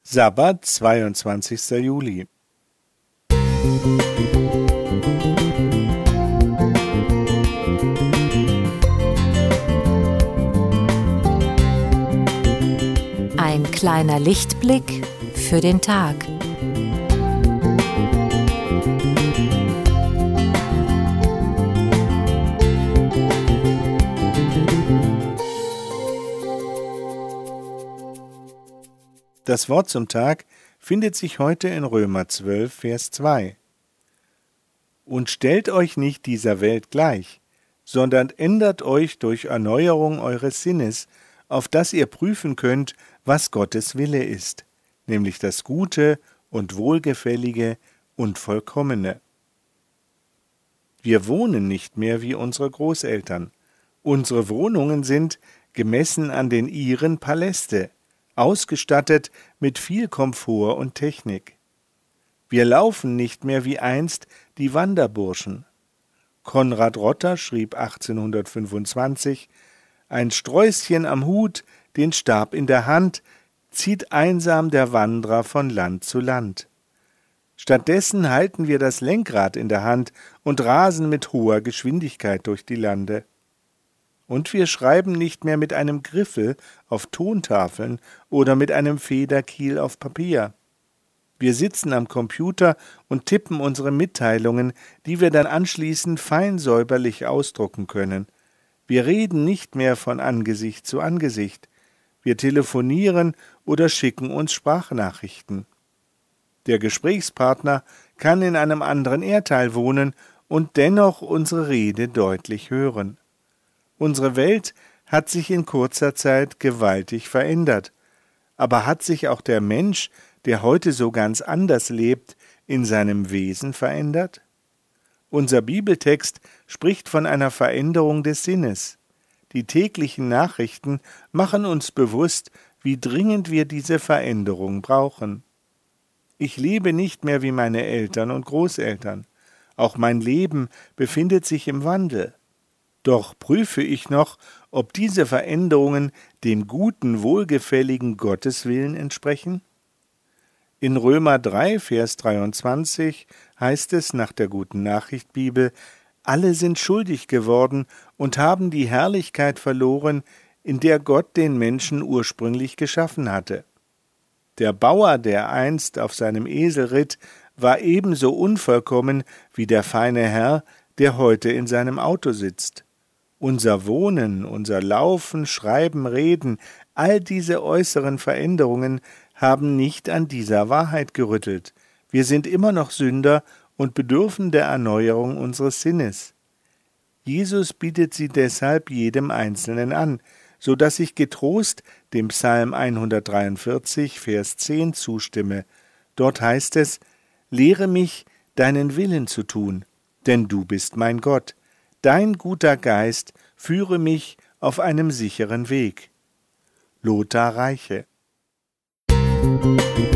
Sabbat, 22. Juli. Ein kleiner Lichtblick für den Tag. Das Wort zum Tag findet sich heute in Römer 12, Vers 2. Und stellt euch nicht dieser Welt gleich, sondern ändert euch durch Erneuerung eures Sinnes, auf dass ihr prüfen könnt, was Gottes Wille ist, nämlich das Gute und Wohlgefällige und Vollkommene. Wir wohnen nicht mehr wie unsere Großeltern. Unsere Wohnungen sind, gemessen an den ihren, Paläste, ausgestattet mit viel Komfort und Technik. Wir laufen nicht mehr wie einst die Wanderburschen. Konrad Rotter schrieb 1825: Ein Sträußchen am Hut, den Stab in der Hand, zieht einsam der Wanderer von Land zu Land. Stattdessen halten wir das Lenkrad in der Hand und rasen mit hoher Geschwindigkeit durch die Lande. Und wir schreiben nicht mehr mit einem Griffel auf Tontafeln oder mit einem Federkiel auf Papier. Wir sitzen am Computer und tippen unsere Mitteilungen, die wir dann anschließend fein säuberlich ausdrucken können. Wir reden nicht mehr von Angesicht zu Angesicht. Wir telefonieren oder schicken uns Sprachnachrichten. Der Gesprächspartner kann in einem anderen Erdteil wohnen und dennoch unsere Rede deutlich hören. Unsere Welt hat sich in kurzer Zeit gewaltig verändert. Aber hat sich auch der Mensch, der heute so ganz anders lebt, in seinem Wesen verändert? Unser Bibeltext spricht von einer Veränderung des Sinnes. Die täglichen Nachrichten machen uns bewusst, wie dringend wir diese Veränderung brauchen. Ich lebe nicht mehr wie meine Eltern und Großeltern. Auch mein Leben befindet sich im Wandel. Doch prüfe ich noch, ob diese Veränderungen dem guten, wohlgefälligen Gotteswillen entsprechen? In Römer 3, Vers 23 heißt es nach der Guten Nachricht Bibel: Alle sind schuldig geworden und haben die Herrlichkeit verloren, in der Gott den Menschen ursprünglich geschaffen hatte. Der Bauer, der einst auf seinem Esel ritt, war ebenso unvollkommen wie der feine Herr, der heute in seinem Auto sitzt. Unser Wohnen, unser Laufen, Schreiben, Reden, all diese äußeren Veränderungen haben nicht an dieser Wahrheit gerüttelt. Wir sind immer noch Sünder und bedürfen der Erneuerung unseres Sinnes. Jesus bietet sie deshalb jedem Einzelnen an, so dass ich getrost dem Psalm 143, Vers 10 zustimme. Dort heißt es: Lehre mich, deinen Willen zu tun, denn du bist mein Gott. Dein guter Geist führe mich auf einem sicheren Weg. Lothar Reiche.